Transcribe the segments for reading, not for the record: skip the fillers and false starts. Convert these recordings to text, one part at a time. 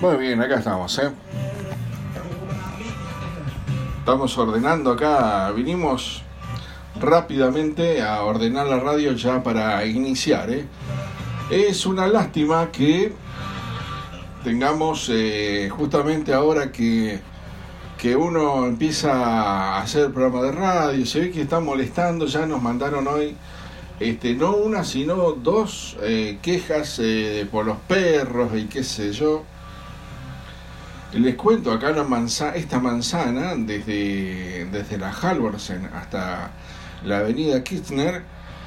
Muy bien, acá estamos, Estamos ordenando acá, vinimos rápidamente a ordenar la radio ya para iniciar, Es una lástima que tengamos justamente ahora que uno empieza a hacer programa de radio, se ve que está molestando, ya nos mandaron hoy no una sino dos quejas por los perros y qué sé yo. Les cuento acá esta manzana desde la Halvorsen hasta la avenida Kirchner,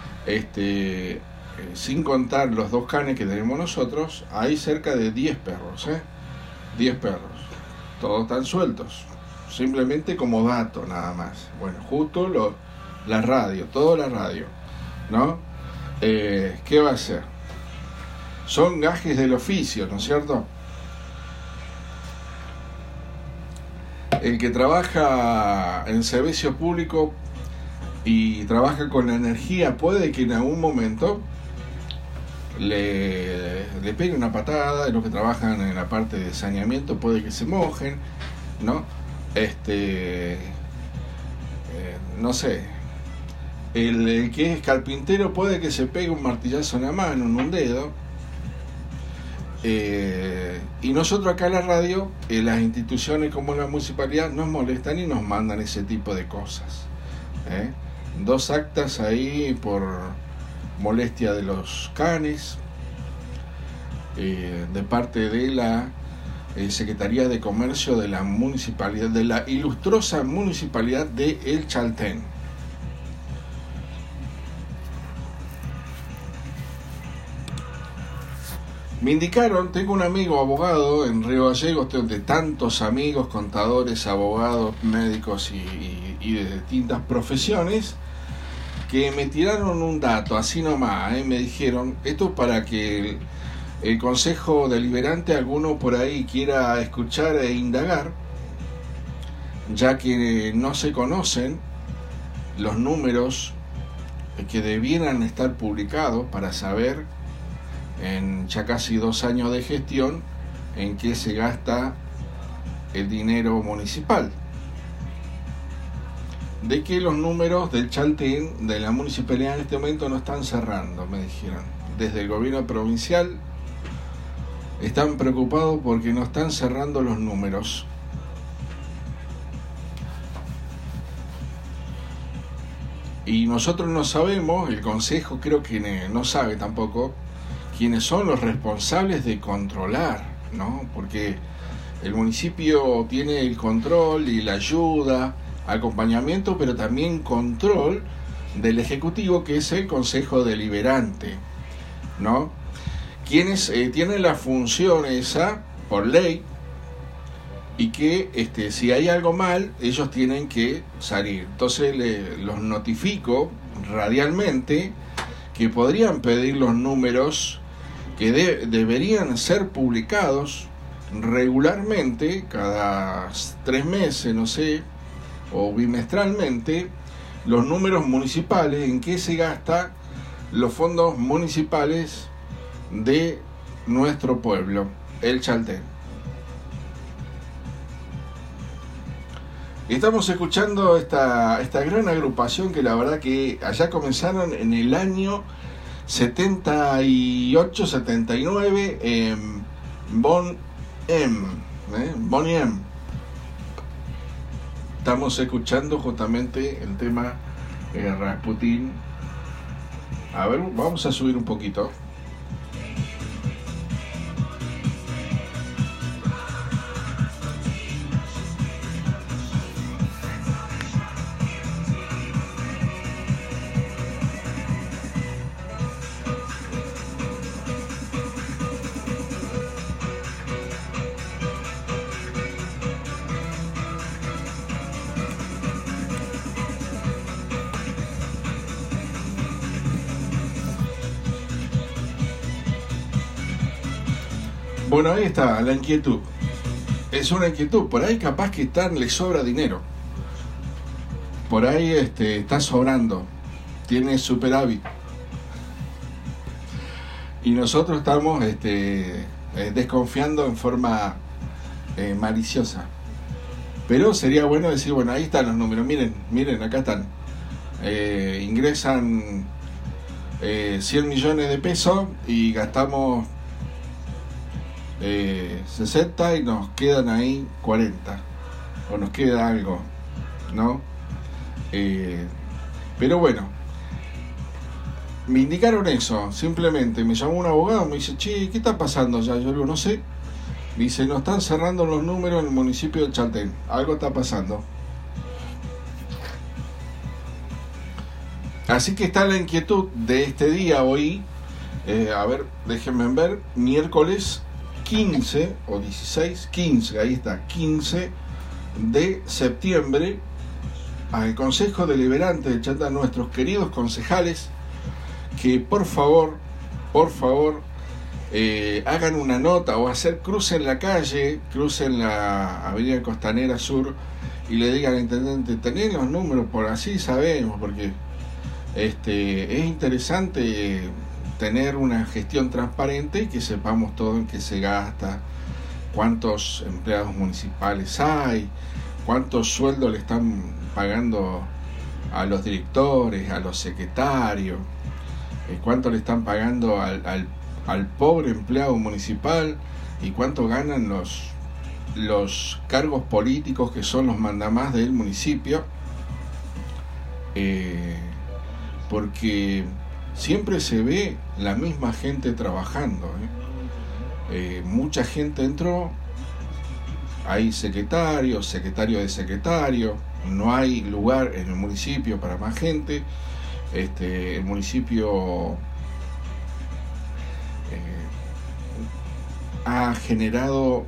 sin contar los dos canes que tenemos nosotros, hay cerca de 10 perros, 10 perros, todos están sueltos, simplemente como dato nada más. Bueno, justo la radio, toda la radio, ¿no? ¿Qué va a ser? Son gajes del oficio, ¿no es cierto? El que trabaja en servicio público y trabaja con la energía puede que en algún momento le pegue una patada. Los que trabajan en la parte de saneamiento puede que se mojen, ¿no? No sé. El que es carpintero puede que se pegue un martillazo en la mano, en un dedo. Y nosotros acá en la radio, las instituciones como la municipalidad nos molestan y nos mandan ese tipo de cosas. 2 actas ahí por molestia de los canes, de parte de la Secretaría de Comercio de la municipalidad, de la ilustrosa municipalidad de El Chaltén. Me indicaron, tengo un amigo abogado en Río Gallegos, de tantos amigos, contadores, abogados, médicos y de distintas profesiones, que me tiraron un dato, así nomás, me dijeron, esto para que el Consejo Deliberante, alguno por ahí quiera escuchar e indagar, ya que no se conocen los números que debieran estar publicados para saber, en ya casi 2 años de gestión, en qué se gasta el dinero municipal. De que los números del Chaltén, de la municipalidad en este momento, no están cerrando, me dijeron. Desde el gobierno provincial están preocupados porque no están cerrando los números. Y nosotros no sabemos, el Consejo creo que no sabe tampoco, quiénes son los responsables de controlar, ¿no? Porque el municipio tiene el control y la ayuda, acompañamiento, pero también control del Ejecutivo, que es el Consejo Deliberante, ¿no? Quienes tienen la función esa, por ley, y que si hay algo mal, ellos tienen que salir. Entonces los notifico radialmente que podrían pedir los números que deberían ser publicados regularmente, cada 3 meses, no sé, o bimestralmente, los números municipales, en qué se gasta los fondos municipales de nuestro pueblo, el Chaltén. Estamos escuchando esta gran agrupación que la verdad que allá comenzaron en el año 78, 79 en Bonnie M. Estamos escuchando justamente el tema Rasputin. A ver, vamos a subir un poquito. Bueno, ahí está la inquietud. Es una inquietud. Por ahí capaz que le sobra dinero. Por ahí está sobrando. Tiene superávit. Y nosotros estamos desconfiando en forma maliciosa. Pero sería bueno decir, bueno, ahí están los números, miren, acá están. Ingresan 100 millones de pesos y gastamos 60 y nos quedan ahí 40. O nos queda algo, ¿no? Pero bueno, me indicaron eso, simplemente me llamó un abogado, me dice, che, ¿qué está pasando ya? Yo digo, no sé. Me dice, nos están cerrando los números en el municipio de Chaltén, algo está pasando. Así que está la inquietud de este día hoy, a ver, déjenme ver, miércoles 15 o 16, 15, ahí está, 15 de septiembre, al Consejo Deliberante de Chaltén, nuestros queridos concejales, que por favor, hagan una nota o crucen la calle, crucen la avenida Costanera Sur y le digan al intendente, tenés los números, por así sabemos, porque es interesante tener una gestión transparente y que sepamos todo en qué se gasta, cuántos empleados municipales hay, cuántos sueldos le están pagando a los directores, a los secretarios, cuánto le están pagando al pobre empleado municipal y cuánto ganan los cargos políticos que son los mandamás del municipio, porque siempre se ve la misma gente trabajando, mucha gente entró, hay secretario de secretario, no hay lugar en el municipio para más gente. El municipio ha generado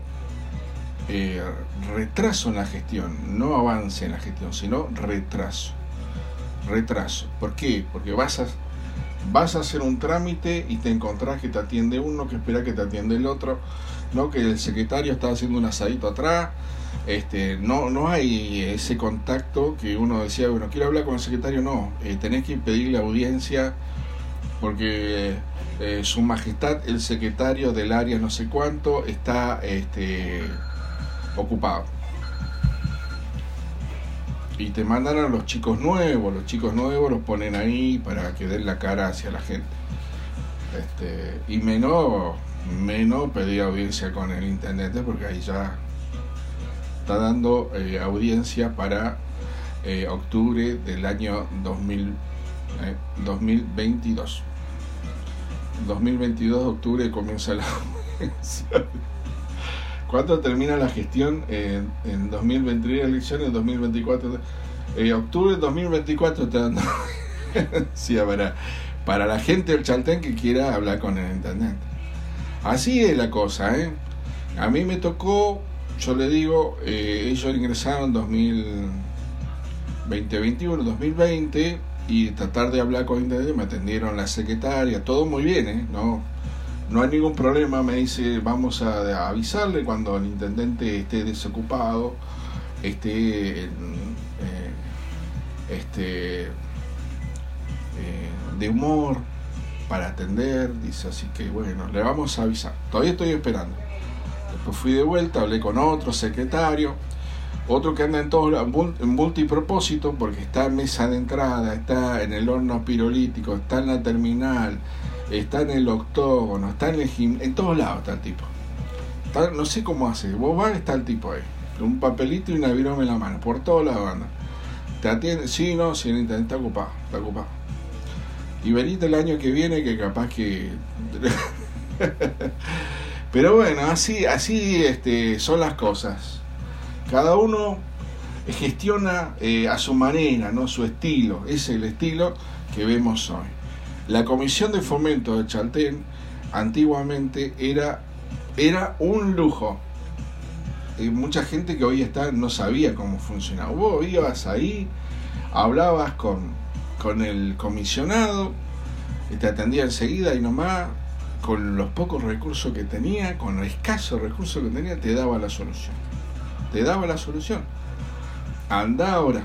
retraso en la gestión, no avance en la gestión, sino retraso. ¿Por qué? Porque vas a hacer un trámite y te encontrás que te atiende uno, que espera que te atiende el otro, no, que el secretario está haciendo un asadito atrás. No hay ese contacto que uno decía, bueno, quiero hablar con el secretario, no, tenés que pedirle audiencia porque su majestad el secretario del área no sé cuánto está ocupado, y te mandan a los chicos nuevos los ponen ahí para que den la cara hacia la gente, y menos pedir audiencia con el intendente, porque ahí ya está dando audiencia para octubre del año 2022. 2022 de octubre comienza la audiencia. ¿Cuándo termina la gestión? En 2023 elecciones, en 2024. Octubre de 2024 está dando audiencia para la gente del Chaltén que quiera hablar con el intendente. Así es la cosa, A mí me tocó, yo le digo, ellos ingresaron 2021, 2020, y tratar de hablar con el intendente, me atendieron la secretaria, todo muy bien, no hay ningún problema, me dice, vamos a avisarle cuando el intendente esté desocupado, esté de humor para atender, dice, así que bueno, le vamos a avisar, todavía estoy esperando. Después fui de vuelta, hablé con otro secretario, otro que anda en multipropósito, porque está en mesa de entrada, está en el horno pirolítico, está en la terminal, está en el octógono, está en el en todos lados está el tipo. No sé cómo hace, vos vas, está el tipo ahí, con un papelito y una virome en la mano, por todos lados anda. Te atiende, sí, no, si el intendente está ocupado. Y venite el año que viene, que capaz que... Pero bueno, así son las cosas. Cada uno gestiona a su manera, ¿no? Su estilo. Ese es el estilo que vemos hoy. La Comisión de Fomento de Chaltén antiguamente era un lujo. Mucha gente que hoy no sabía cómo funcionaba. Vos ibas ahí, hablabas con el comisionado, te atendía enseguida y nomás, con los pocos recursos que tenía, con los escasos recursos que tenía, te daba la solución. Anda ahora.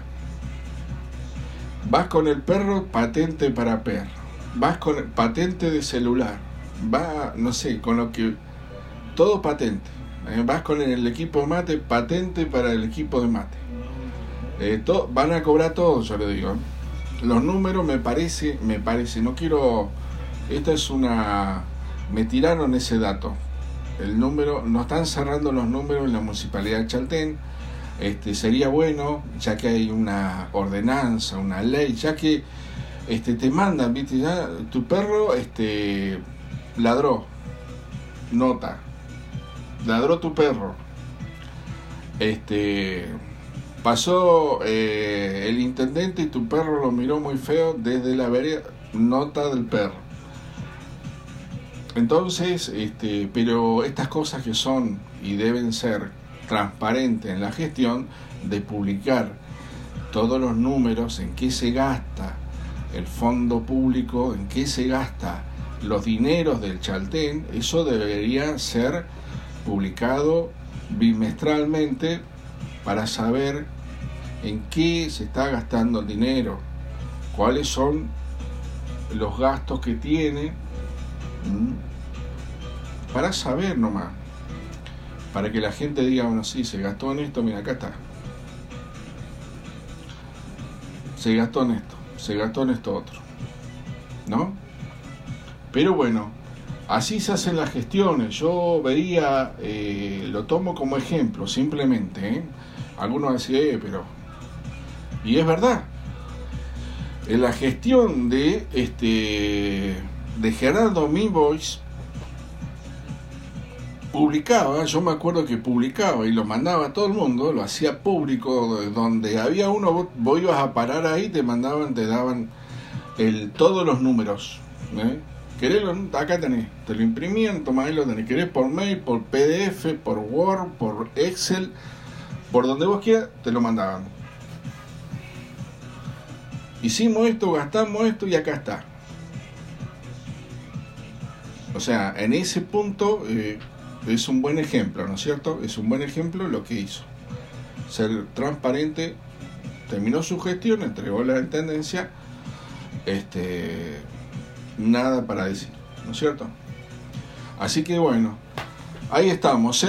Vas con el perro, patente para perro. Vas con patente de celular. Va, no sé, con lo que... Todo patente. Vas con el equipo de mate, patente para el equipo de mate. Van a cobrar todo, yo le digo. Los números me parece, no quiero... Esta es una... Me tiraron ese dato. El número, no están cerrando los números en la Municipalidad de Chaltén. Sería bueno, ya que hay una ordenanza, una ley, ya que te mandan, ¿viste? Ya tu perro ladró, nota, ladró tu perro, pasó el intendente y tu perro lo miró muy feo desde la vereda, nota del perro. Entonces, pero estas cosas que son y deben ser transparentes en la gestión, de publicar todos los números, en qué se gasta el fondo público, en qué se gasta los dineros del Chaltén, eso debería ser publicado bimestralmente para saber en qué se está gastando el dinero, cuáles son los gastos que tiene, para saber nomás, para que la gente diga, bueno, sí, se gastó en esto, mira, acá está, se gastó en esto, se gastó en esto otro, ¿no? Pero bueno, así se hacen las gestiones. Yo veía, lo tomo como ejemplo, simplemente, algunos decían, pero... Y es verdad, en la gestión de Gerardo Minbois, publicaba, yo me acuerdo que publicaba y lo mandaba a todo el mundo, lo hacía público, donde había uno, vos ibas a parar ahí, te daban todos los números, ¿querés? Acá tenés, te lo imprimían, tomá, ahí lo tenés, querés por mail, por PDF, por Word, por Excel, por donde vos quieras, te lo mandaban. Hicimos esto, gastamos esto y acá está. O sea, en ese punto es un buen ejemplo, ¿no es cierto? Es un buen ejemplo lo que hizo. Ser transparente, terminó su gestión, entregó la intendencia, nada para decir, ¿no es cierto? Así que bueno, ahí estamos,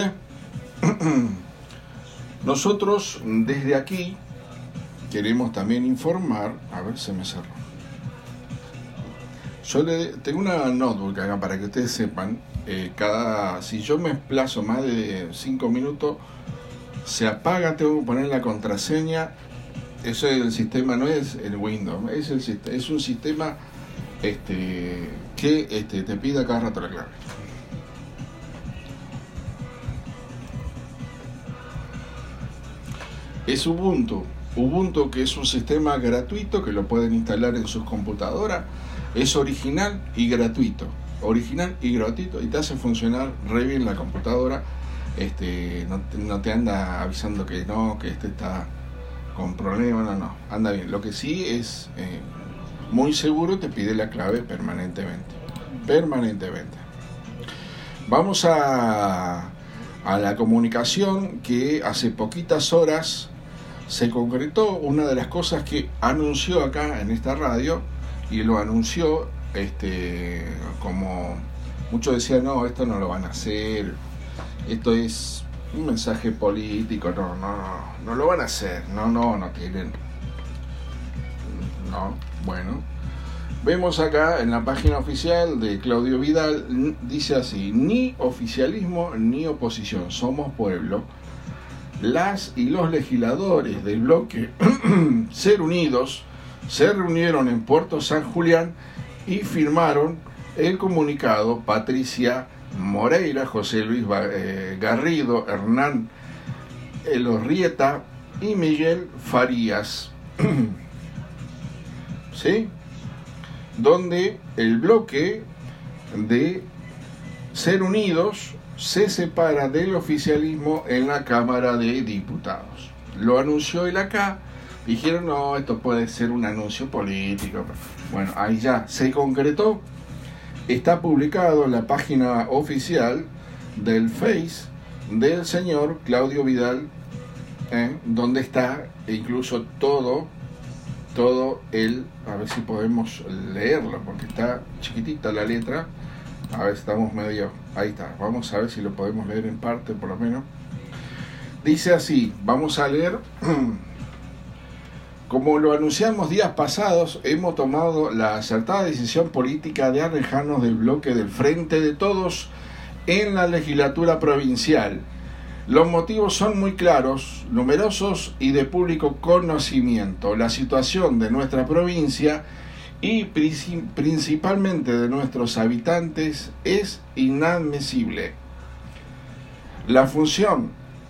Nosotros desde aquí queremos también informar, a ver, se me cerró. Yo tengo una notebook acá para que ustedes sepan, si yo me desplazo más de 5 minutos, se apaga, tengo que poner la contraseña. Eso es el sistema, no es el Windows, es un sistema que te pide cada rato la clave. Es Ubuntu, que es un sistema gratuito que lo pueden instalar en sus computadoras. Es original y gratuito, y te hace funcionar re bien la computadora. No te anda avisando que no, que está con problemas, no, anda bien. Lo que sí es muy seguro, te pide la clave permanentemente. Vamos a la comunicación, que hace poquitas horas se concretó una de las cosas que anunció acá en esta radio, y lo anunció como muchos decían, no, esto no lo van a hacer, esto es un mensaje político, no lo van a hacer, no tienen, no, bueno, vemos acá en la página oficial de Claudio Vidal, dice así: ni oficialismo ni oposición, somos pueblo. Las y los legisladores del bloque Ser Unidos se reunieron en Puerto San Julián y firmaron el comunicado. Patricia Moreira, José Luis Garrido, Hernán Elorrieta y Miguel Farías, ¿sí? Donde el bloque de Ser Unidos se separa del oficialismo en la Cámara de Diputados. Lo anunció él acá. Dijeron, no, esto puede ser un anuncio político. Bueno, ahí ya se concretó. Está publicado en la página oficial del Face del señor Claudio Vidal, donde está incluso todo el, a ver si podemos leerlo, porque está chiquitita la letra, A ver, estamos medio... Ahí está, vamos a ver si lo podemos leer en parte por lo menos. Dice así, vamos a leer... Como lo anunciamos días pasados, hemos tomado la acertada decisión política de alejarnos del bloque del Frente de Todos en la legislatura provincial. Los motivos son muy claros, numerosos y de público conocimiento. La situación de nuestra provincia y principalmente de nuestros habitantes es inadmisible. La función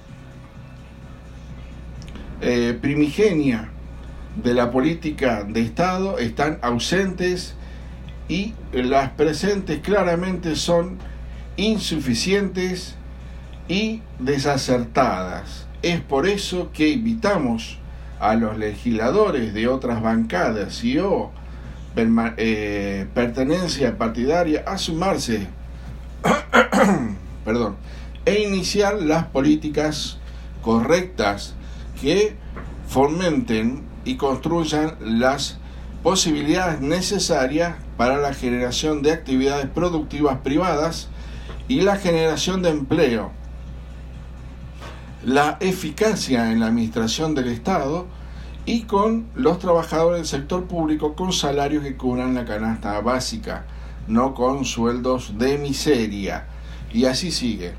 primigenia de la política de Estado están ausentes y las presentes claramente son insuficientes y desacertadas. Es por eso que invitamos a los legisladores de otras bancadas y o pertenencia partidaria a sumarse e iniciar las políticas correctas que fomenten y construyan las posibilidades necesarias para la generación de actividades productivas privadas y la generación de empleo, la eficacia en la administración del Estado y con los trabajadores del sector público con salarios que cubran la canasta básica, no con sueldos de miseria. Y así sigue,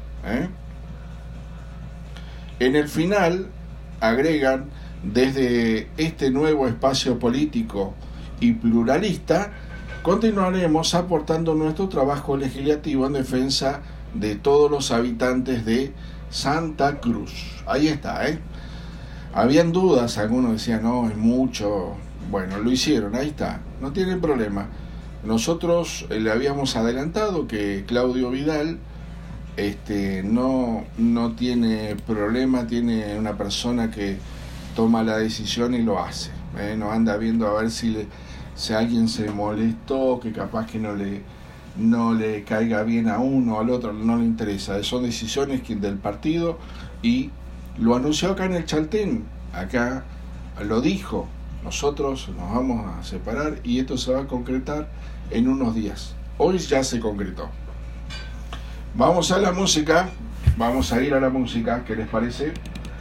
En el final agregan: desde este nuevo espacio político y pluralista, continuaremos aportando nuestro trabajo legislativo en defensa de todos los habitantes de Santa Cruz. Ahí está, Habían dudas, algunos decían, no, es mucho. Bueno, lo hicieron, ahí está, no tienen problema. Nosotros le habíamos adelantado que Claudio Vidal no tiene problema, tiene una persona que toma la decisión y lo hace, no anda viendo a ver si alguien se molestó, que capaz que no le caiga bien a uno o al otro, no le interesa. Son decisiones del partido y lo anunció acá en el Chaltén, acá lo dijo: nosotros nos vamos a separar y esto se va a concretar en unos días. Hoy ya se concretó. Vamos a la música, vamos a ir a la música, ¿qué les parece?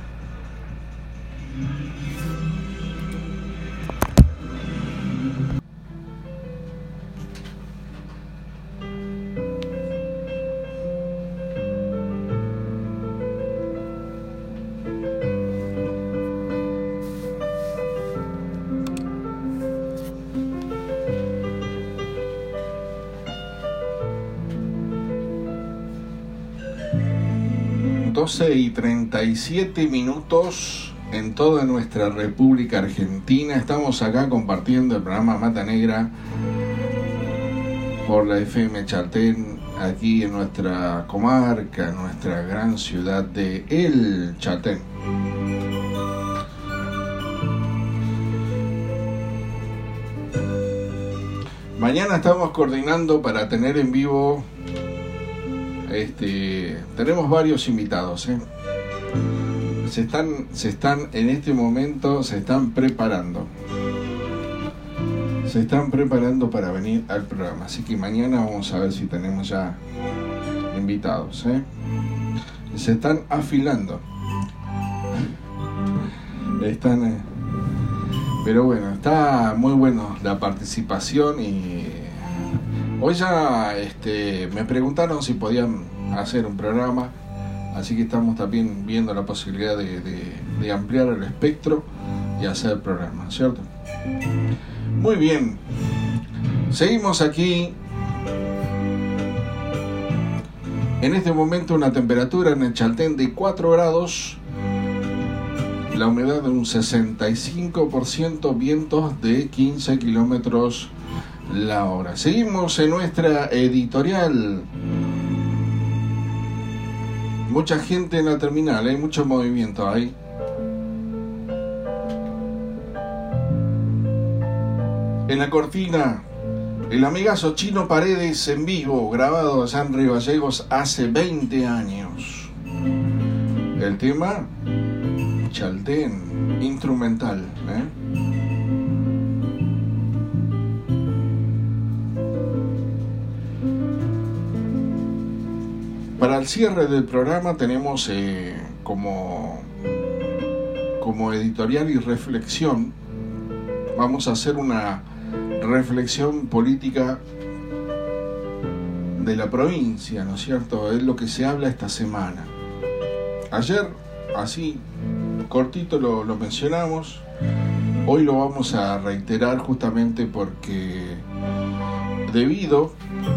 Y 37 minutos en toda nuestra República Argentina. Estamos acá compartiendo el programa Mata Negra por la FM Chaltén, aquí en nuestra comarca, en nuestra gran ciudad de El Chaltén. Mañana estamos coordinando para tener en vivo. Tenemos varios invitados, se están en este momento, se están preparando para venir al programa, así que mañana vamos a ver si tenemos ya invitados, se están afilando, pero bueno, está muy bueno la participación. Y hoy ya me preguntaron si podían hacer un programa, así que estamos también viendo la posibilidad de ampliar el espectro y hacer programas, ¿cierto? Muy bien, seguimos aquí. En este momento una temperatura en el Chaltén de 4 grados, la humedad de un 65%, vientos de 15 kilómetros la hora. Seguimos en nuestra editorial. Mucha gente en la terminal, hay mucho movimiento ahí. En la cortina, el amigazo Chino Paredes en vivo, grabado allá en Río Gallegos hace 20 años. El tema Chaltén, instrumental, para el cierre del programa tenemos como editorial y reflexión, vamos a hacer una reflexión política de la provincia, ¿no es cierto? Es lo que se habla esta semana. Ayer, así, cortito lo mencionamos, hoy lo vamos a reiterar justamente porque debido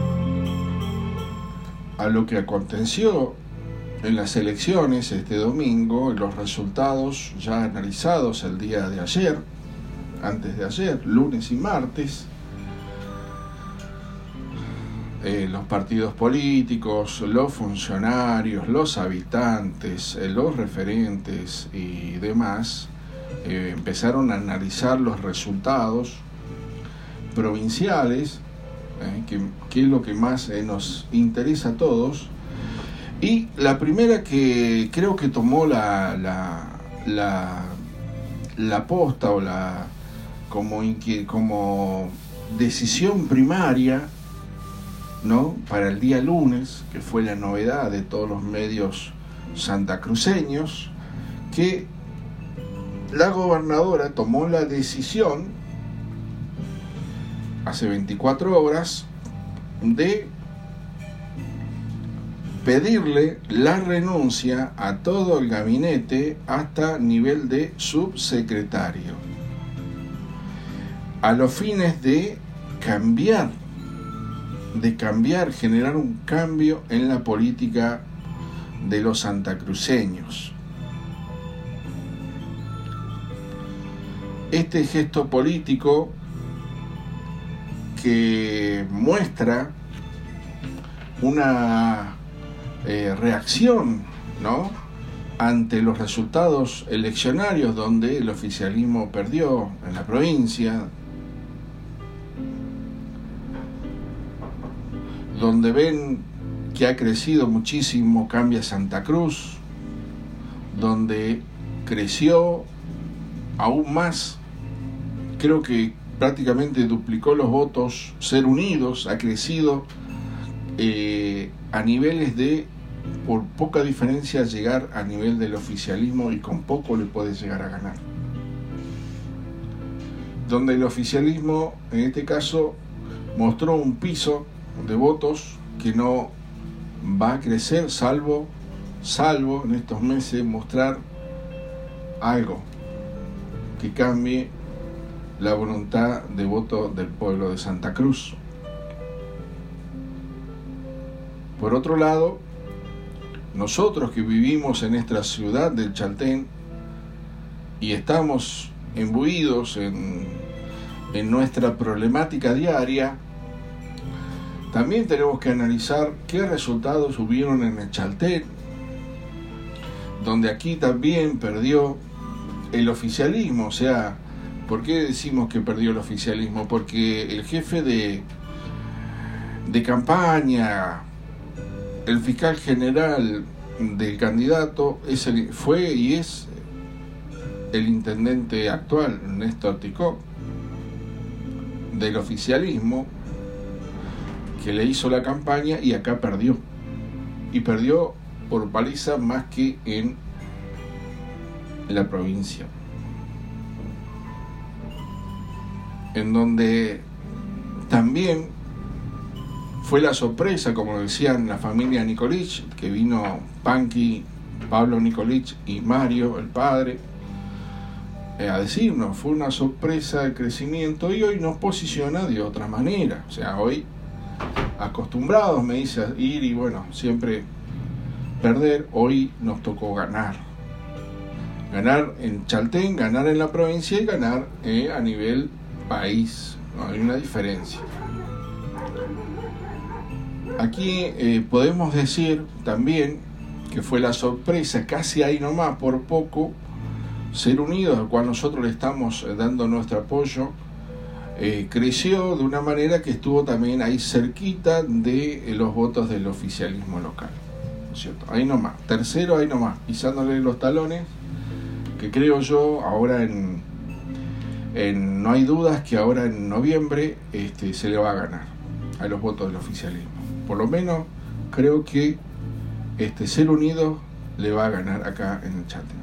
a lo que aconteció en las elecciones este domingo, los resultados ya analizados el día de ayer, antes de ayer, lunes y martes, los partidos políticos, los funcionarios, los habitantes, los referentes y demás empezaron a analizar los resultados provinciales, que es lo que más nos interesa a todos. Y la primera que creo que tomó la posta o como decisión primaria, ¿no?, para el día lunes, que fue la novedad de todos los medios santacruceños, que la gobernadora tomó la decisión hace 24 horas de pedirle la renuncia a todo el gabinete hasta nivel de subsecretario, a los fines de cambiar, generar un cambio en la política de los santacruceños. Este gesto político que muestra una reacción, ¿no?, ante los resultados eleccionarios donde el oficialismo perdió en la provincia, donde ven que ha crecido muchísimo Cambia Santa Cruz, donde creció aún más, creo que prácticamente duplicó los votos. Ser Unidos ha crecido a niveles de, por poca diferencia, llegar a nivel del oficialismo, y con poco le puede llegar a ganar. Donde el oficialismo, en este caso, mostró un piso de votos que no va a crecer, salvo en estos meses mostrar algo que cambie la voluntad de voto del pueblo de Santa Cruz. Por otro lado, nosotros que vivimos en esta ciudad del Chaltén y estamos imbuidos en nuestra problemática diaria, también tenemos que analizar qué resultados hubieron en el Chaltén, donde aquí también perdió el oficialismo. O sea, ¿por qué decimos que perdió el oficialismo? Porque el jefe de campaña, el fiscal general del candidato, fue y es el intendente actual, Néstor Ticó, del oficialismo, que le hizo la campaña, y acá perdió. Y perdió por paliza más que en la provincia, en donde también fue la sorpresa, como decían la familia Nicolich, que vino Panqui, Pablo Nicolich y Mario, el padre, a decirnos, fue una sorpresa el crecimiento, y hoy nos posiciona de otra manera. O sea, hoy acostumbrados, me dice, a ir y bueno, siempre perder, hoy nos tocó ganar en Chaltén, ganar en la provincia y ganar a nivel país. No hay una diferencia. Aquí podemos decir también que fue la sorpresa, casi ahí nomás, por poco, Ser Unidos, al cual nosotros le estamos dando nuestro apoyo, creció de una manera que estuvo también ahí cerquita de los votos del oficialismo local, ¿no es cierto? Ahí nomás, tercero ahí nomás, pisándole los talones, que creo yo ahora no hay dudas que ahora en noviembre se le va a ganar a los votos del oficialismo. Por lo menos creo que Ser Unidos le va a ganar acá en el Chaco.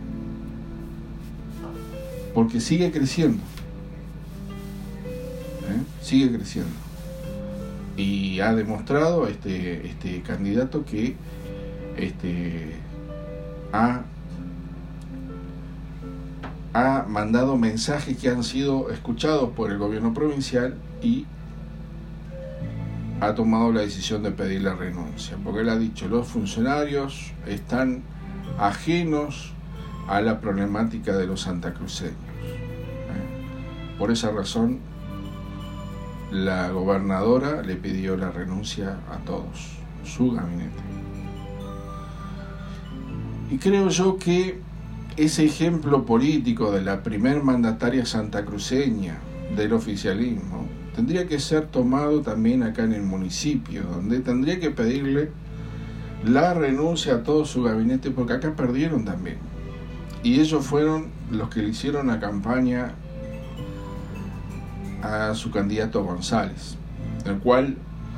Porque sigue creciendo. Sigue creciendo. Y ha demostrado este candidato que ha mandado mensajes que han sido escuchados por el gobierno provincial y ha tomado la decisión de pedir la renuncia, porque él ha dicho: los funcionarios están ajenos a la problemática de los santacruceños. Por esa razón, la gobernadora le pidió la renuncia a todos, su gabinete. Y creo yo que ese ejemplo político de la primer mandataria santacruceña del oficialismo tendría que ser tomado también acá en el municipio, donde tendría que pedirle la renuncia a todo su gabinete, porque acá perdieron también. Y ellos fueron los que le hicieron la campaña a su candidato González, el cual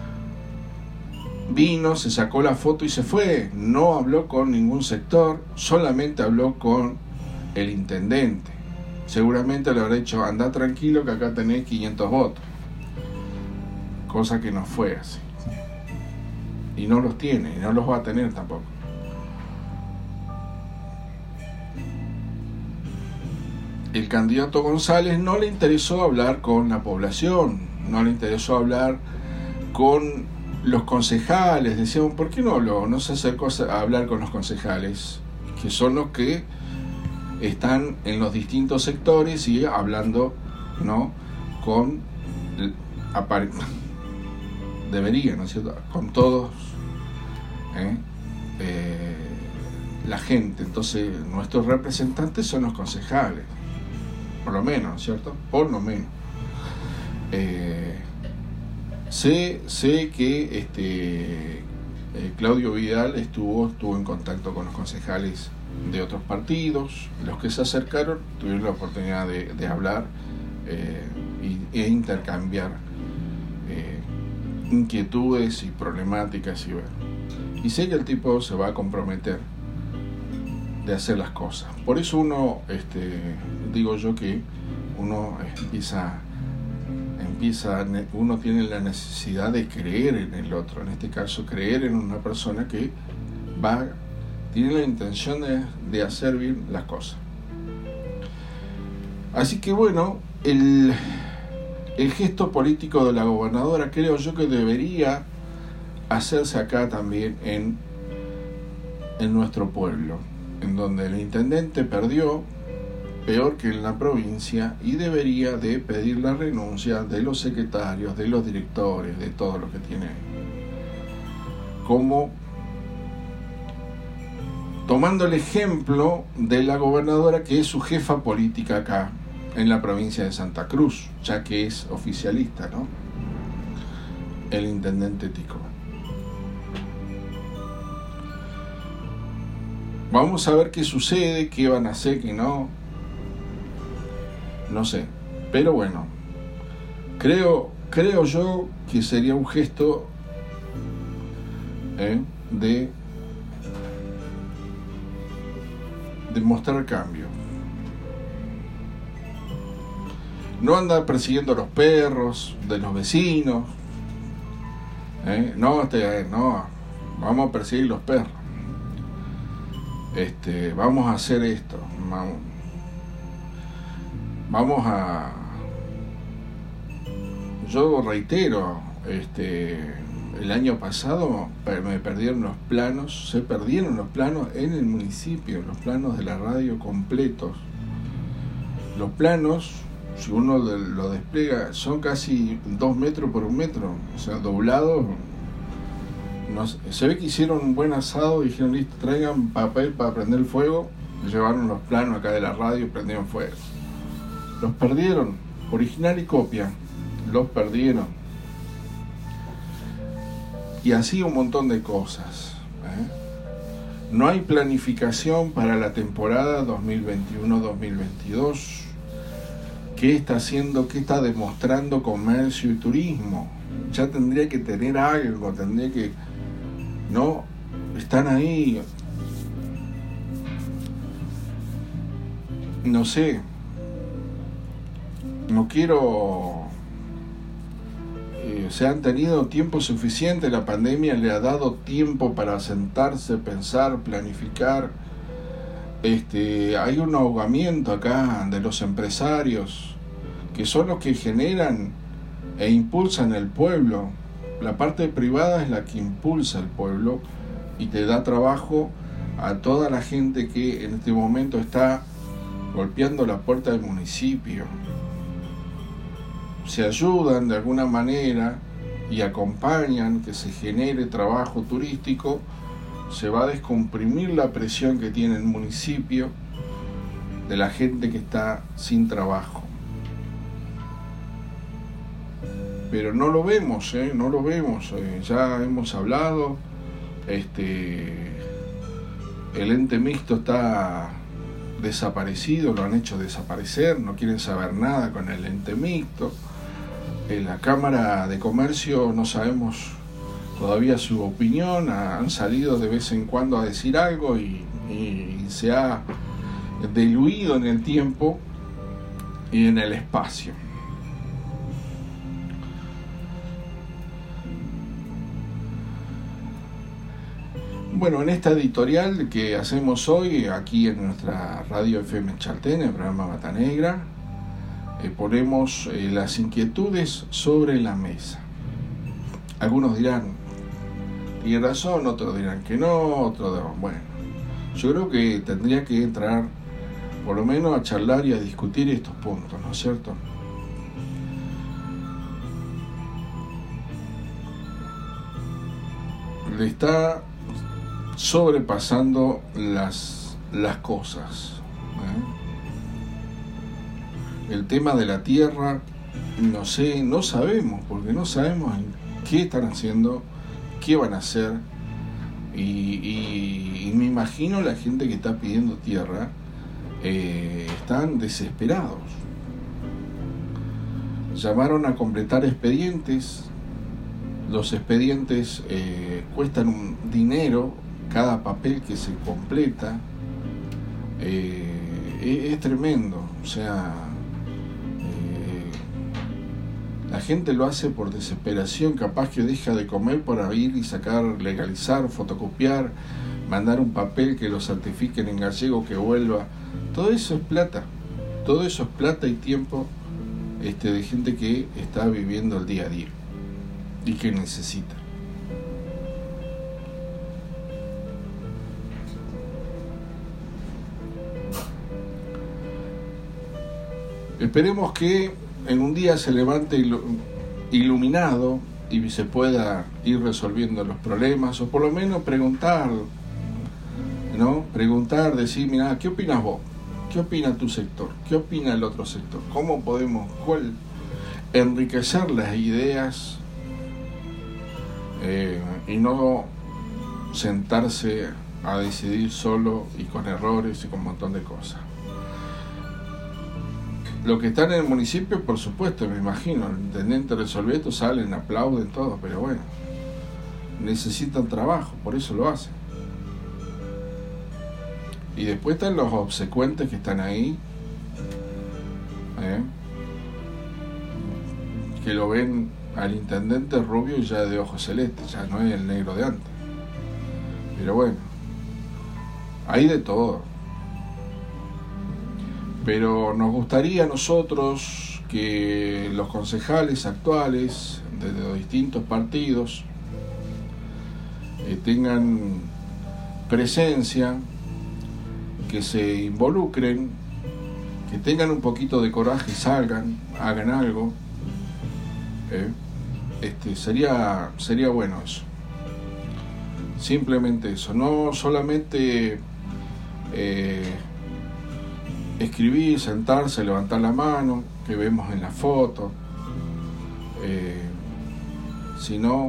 vino, se sacó la foto y se fue. No habló con ningún sector, solamente habló con el intendente. Seguramente le habrá dicho: anda tranquilo que acá tenés 500 votos. Cosa que no fue así. Y no los tiene, y no los va a tener tampoco. El candidato González no le interesó hablar con la población, no le interesó hablar con los concejales. Decían: ¿por qué no se acercó a hablar con los concejales? Que son los que están en los distintos sectores y hablando, ¿no?, con debería, ¿no es cierto?, con todos la gente. Entonces nuestros representantes son los concejales, por lo menos, ¿no es cierto?, por lo menos. Sé que Claudio Vidal estuvo en contacto con los concejales de otros partidos. Los que se acercaron tuvieron la oportunidad de hablar e intercambiar inquietudes y problemáticas, y sé que el tipo se va a comprometer de hacer las cosas. Por eso digo yo que uno uno tiene la necesidad de creer en el otro, en este caso creer en una persona que tiene la intención de hacer bien las cosas. Así que bueno, el gesto político de la gobernadora creo yo que debería hacerse acá también en nuestro pueblo, en donde el intendente perdió peor que en la provincia y debería de pedir la renuncia de los secretarios, de los directores, de todo lo que tiene ahí. Como tomando el ejemplo de la gobernadora, que es su jefa política acá en la provincia de Santa Cruz, ya que es oficialista, ¿no?, el intendente Tico. Vamos a ver qué sucede, qué van a hacer, qué no sé, pero bueno, creo yo que sería un gesto de mostrar cambio. No andar persiguiendo los perros de los vecinos, no, vamos a perseguir los perros, vamos a hacer esto, yo reitero, el año pasado se perdieron los planos en el municipio, los planos de la radio completos. Los planos, si uno lo despliega, son casi 2 metros por 1 metro, o sea, doblados. Se ve que hicieron un buen asado y dijeron: listo, traigan papel para prender el fuego. Llevaron los planos acá de la radio y prendieron fuego. Los perdieron, original y copia, los perdieron. Y así un montón de cosas. No hay planificación para la temporada 2021-2022. ¿Qué está haciendo? ¿Qué está demostrando comercio y turismo? Ya tendría que tener algo, están ahí, no sé, no quiero, se han tenido tiempo suficiente, la pandemia le ha dado tiempo para sentarse, pensar, planificar. Hay un ahogamiento acá de los empresarios, que son los que generan e impulsan el pueblo. La parte privada es la que impulsa el pueblo y te da trabajo a toda la gente que en este momento está golpeando la puerta del municipio. Se ayudan de alguna manera y acompañan que se genere trabajo turístico. Se va a descomprimir la presión que tiene el municipio de la gente que está sin trabajo. Pero no lo vemos, no lo vemos. Ya hemos hablado, el ente mixto está desaparecido, lo han hecho desaparecer, no quieren saber nada con el ente mixto. En la Cámara de Comercio no sabemos todavía su opinión, han salido de vez en cuando a decir algo y se ha diluido en el tiempo y en el espacio. Bueno, en esta editorial que hacemos hoy aquí en nuestra radio FM Chaltén, el programa Mata Negra, ponemos las inquietudes sobre la mesa. Algunos dirán, tiene razón, otros dirán que no, otros dirán, bueno, yo creo que tendría que entrar por lo menos a charlar y a discutir estos puntos, ¿no es cierto? Le está sobrepasando las cosas, El tema de la tierra, no sabemos, porque no sabemos qué están haciendo, qué van a hacer, y me imagino la gente que está pidiendo tierra, están desesperados. Llamaron a completar expedientes, los expedientes cuestan un dinero, cada papel que se completa, es tremendo, o sea, la gente lo hace por desesperación, capaz que deja de comer para ir y sacar, legalizar, fotocopiar, mandar un papel que lo certifiquen en gallego, que vuelva. Todo eso es plata y tiempo de gente que está viviendo el día a día y que necesita. Esperemos que en un día se levante iluminado y se pueda ir resolviendo los problemas, o por lo menos preguntar, ¿no? Preguntar, decir, mira, ¿qué opinas vos? ¿Qué opina tu sector? ¿Qué opina el otro sector? ¿Cómo podemos enriquecer las ideas y no sentarse a decidir solo y con errores y con un montón de cosas? Los que están en el municipio, por supuesto, me imagino, el intendente resuelve esto, salen, aplauden, todo, pero bueno, necesitan trabajo, por eso lo hacen. Y después están los obsecuentes que están ahí, que lo ven al intendente rubio y ya de ojos celestes, ya no es el negro de antes. Pero bueno, hay de todo. Pero nos gustaría a nosotros que los concejales actuales de los distintos partidos tengan presencia, que se involucren, que tengan un poquito de coraje y salgan, hagan algo. Sería bueno eso. Simplemente eso, no solamente escribir, sentarse, levantar la mano, que vemos en la foto, sino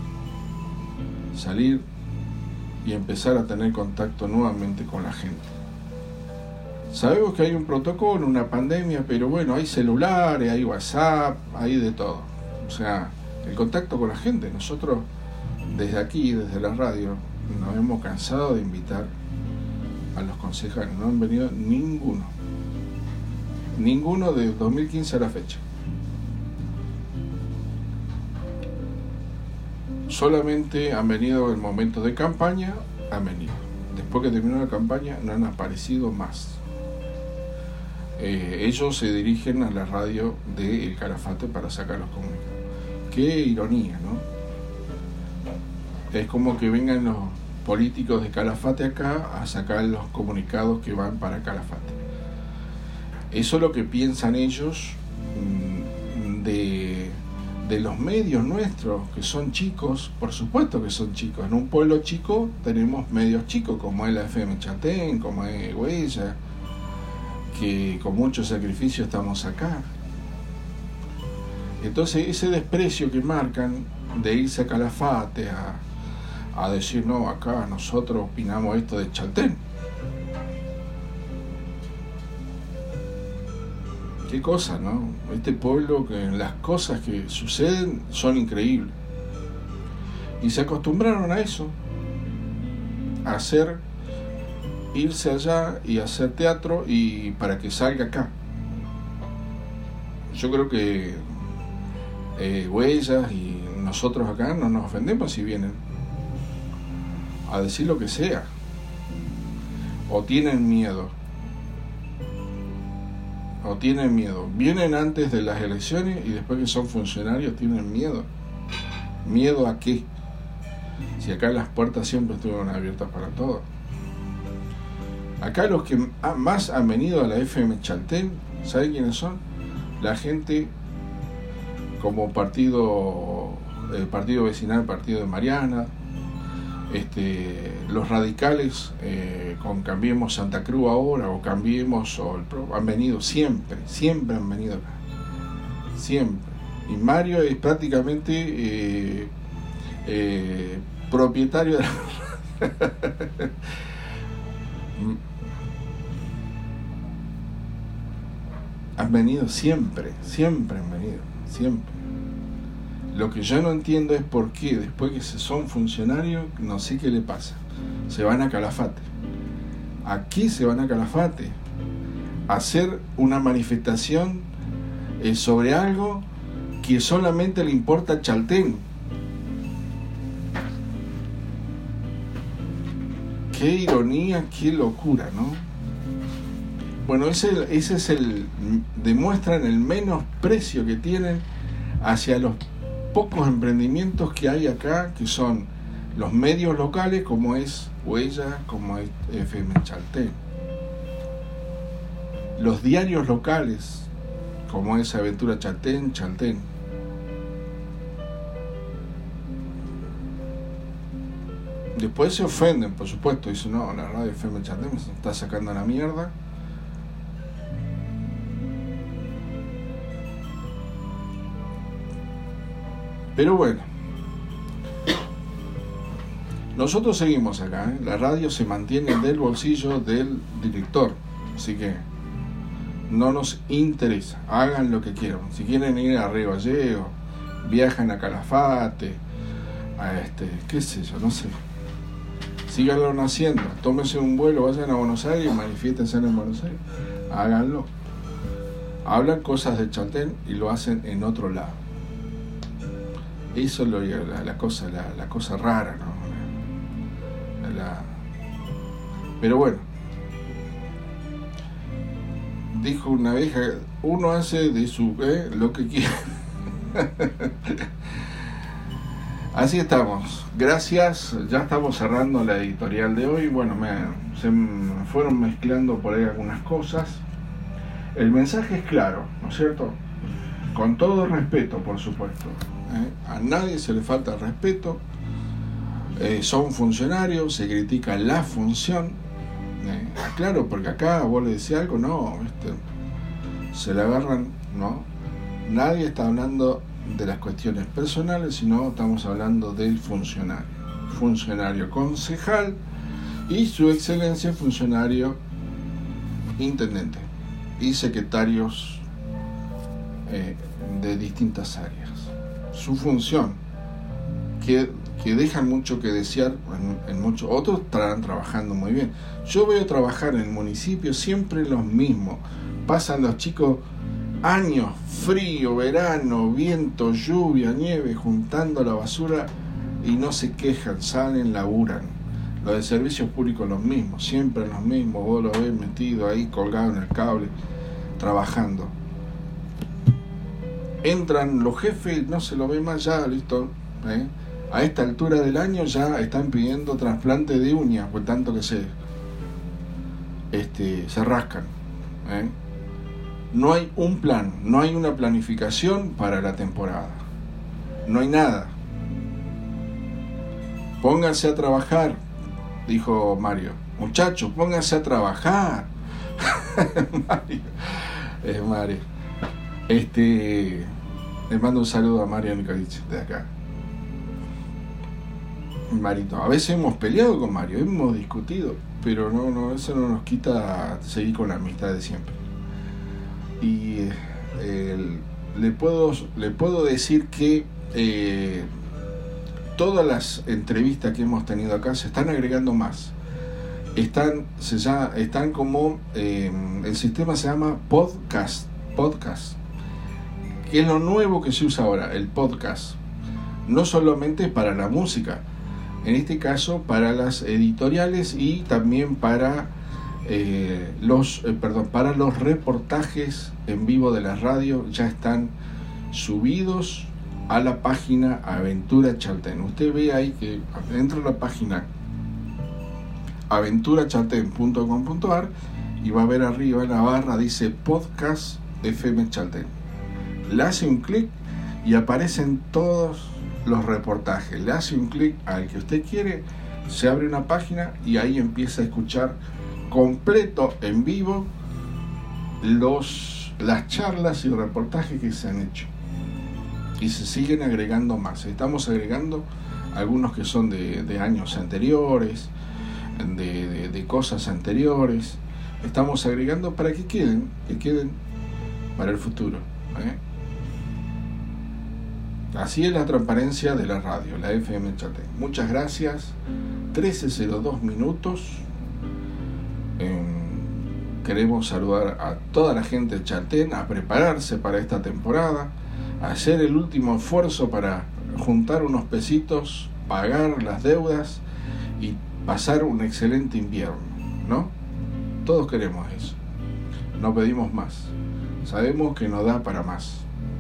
salir y empezar a tener contacto nuevamente con la gente. Sabemos que hay un protocolo, una pandemia, pero bueno, hay celulares, hay WhatsApp, hay de todo. O sea, el contacto con la gente, nosotros desde aquí, desde la radio, nos hemos cansado de invitar a los concejales. No han venido ninguno de 2015 a la fecha. Solamente han venido en momentos de campaña, han venido. Después que terminó la campaña no han aparecido más. Ellos se dirigen a la radio de El Calafate para sacar los comunicados. Qué ironía, ¿no? Es como que vengan los políticos de Calafate acá a sacar los comunicados que van para Calafate. Eso es lo que piensan ellos de los medios nuestros, que son chicos. Por supuesto que son chicos. En un pueblo chico tenemos medios chicos, como es la FM Chaltén, como es Huella, que con mucho sacrificio estamos acá. Entonces ese desprecio que marcan de irse a Calafate a decir, no, acá nosotros opinamos esto de Chaltén. Qué cosa, ¿no? Este pueblo, que las cosas que suceden son increíbles. Y se acostumbraron a eso, a irse allá y hacer teatro y para que salga acá. Yo creo que Huellas y nosotros acá no nos ofendemos si vienen a decir lo que sea, o tienen miedo, vienen antes de las elecciones y después que son funcionarios tienen miedo. ¿Miedo a qué? Si acá las puertas siempre estuvieron abiertas para todos. Acá los que más han venido a la FM Chaltén, ¿saben quiénes son? La gente como partido vecinal, partido de Mariana, los radicales con Cambiemos Santa Cruz ahora, o Cambiemos, han venido siempre han venido acá, siempre. Y Mario es prácticamente propietario de la han venido siempre han venido, siempre. Lo que yo no entiendo es por qué después que son funcionarios, no sé qué le pasa, se van a Calafate. ¿A qué se van a Calafate? A hacer una manifestación sobre algo que solamente le importa a Chaltén. Qué ironía, qué locura, ¿no? Bueno, ese es demuestran el menosprecio que tienen hacia los pocos emprendimientos que hay acá, que son los medios locales, como es Huella, como es FM Chaltén, los diarios locales, como es Aventura Chaltén. Después se ofenden, por supuesto, dicen, no, la radio FM Chaltén me está sacando la mierda. Pero bueno, nosotros seguimos acá, ¿eh? La radio se mantiene del bolsillo del director, así que no nos interesa, hagan lo que quieran. Si quieren ir a Río Gallego, viajan a Calafate, qué sé yo, no sé, síganlo haciendo, tómense un vuelo, vayan a Buenos Aires, manifiéstense en Buenos Aires, háganlo. Hablan cosas de Chaltén y lo hacen en otro lado. Eso es la cosa rara, ¿no? Pero bueno, dijo una vieja, uno hace de su lo que quiere. Así estamos. Gracias. Ya estamos cerrando la editorial de hoy. Bueno, se me fueron mezclando por ahí algunas cosas. El mensaje es claro, ¿no es cierto? Con todo respeto, por supuesto. A nadie se le falta el respeto. Son funcionarios, se critica la función. Claro, porque acá vos le decís algo, no, se le agarran, ¿no? Nadie está hablando de las cuestiones personales, sino estamos hablando del funcionario concejal y su excelencia funcionario intendente y secretarios de distintas áreas. Su función, que que dejan mucho que desear en muchos. Otros estarán trabajando muy bien. Yo veo trabajar en el municipio siempre los mismos. Pasan los chicos años, frío, verano, viento, lluvia, nieve, juntando la basura y no se quejan, salen, laburan. Los de servicios públicos los mismos, siempre los mismos. Vos los ves metido ahí, colgado en el cable, trabajando. Entran los jefes, no se lo ve más, ya, listo. A esta altura del año ya están pidiendo trasplante de uñas, por tanto que se rascan. No hay un plan, no hay una planificación para la temporada. No hay nada. Pónganse a trabajar, dijo Mario. Muchachos, pónganse a trabajar. Mario. Es Mario. Le mando un saludo a Mario Nicolich de acá. Marito, a veces hemos peleado con Mario, hemos discutido, pero no, eso no nos quita seguir con la amistad de siempre. Y le puedo decir que todas las entrevistas que hemos tenido acá se están agregando más. Están como el sistema se llama podcast, que es lo nuevo que se usa ahora, el podcast. No solamente para la música, en este caso para las editoriales y también para los reportajes en vivo de la radio. Ya están subidos a la página Aventura Chaltén. Usted ve ahí que dentro de la página aventurachalten.com.ar y va a ver arriba en la barra dice Podcast FM Chaltén. Le hace un clic y aparecen todos los reportajes. Le hace un clic al que usted quiere, se abre una página y ahí empieza a escuchar completo en vivo las charlas y reportajes que se han hecho. Y se siguen agregando más. Estamos agregando algunos que son de años anteriores, de cosas anteriores. Estamos agregando para que queden para el futuro. Así es la transparencia de la radio, la FM Chaltén. Muchas gracias. 13:02 minutos. Queremos saludar a toda la gente de Chaltén, a prepararse para esta temporada, a hacer el último esfuerzo para juntar unos pesitos, pagar las deudas y pasar un excelente invierno, ¿no? Todos queremos eso. No pedimos más. Sabemos que no da para más.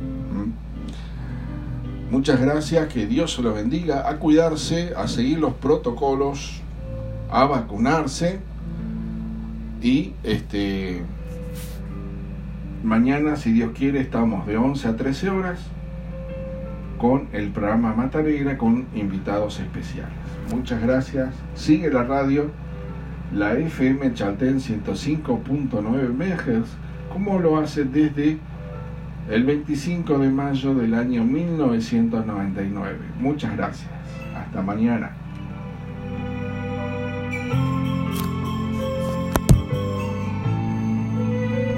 Muchas gracias, que Dios se los bendiga, a cuidarse, a seguir los protocolos, a vacunarse y mañana, si Dios quiere, estamos de 11 a 13 horas con el programa Mata Negra con invitados especiales. Muchas gracias. Sigue la radio, la FM Chaltén 105.9 MHz, como lo hace desde el 25 de mayo del año 1999. Muchas gracias. Hasta mañana.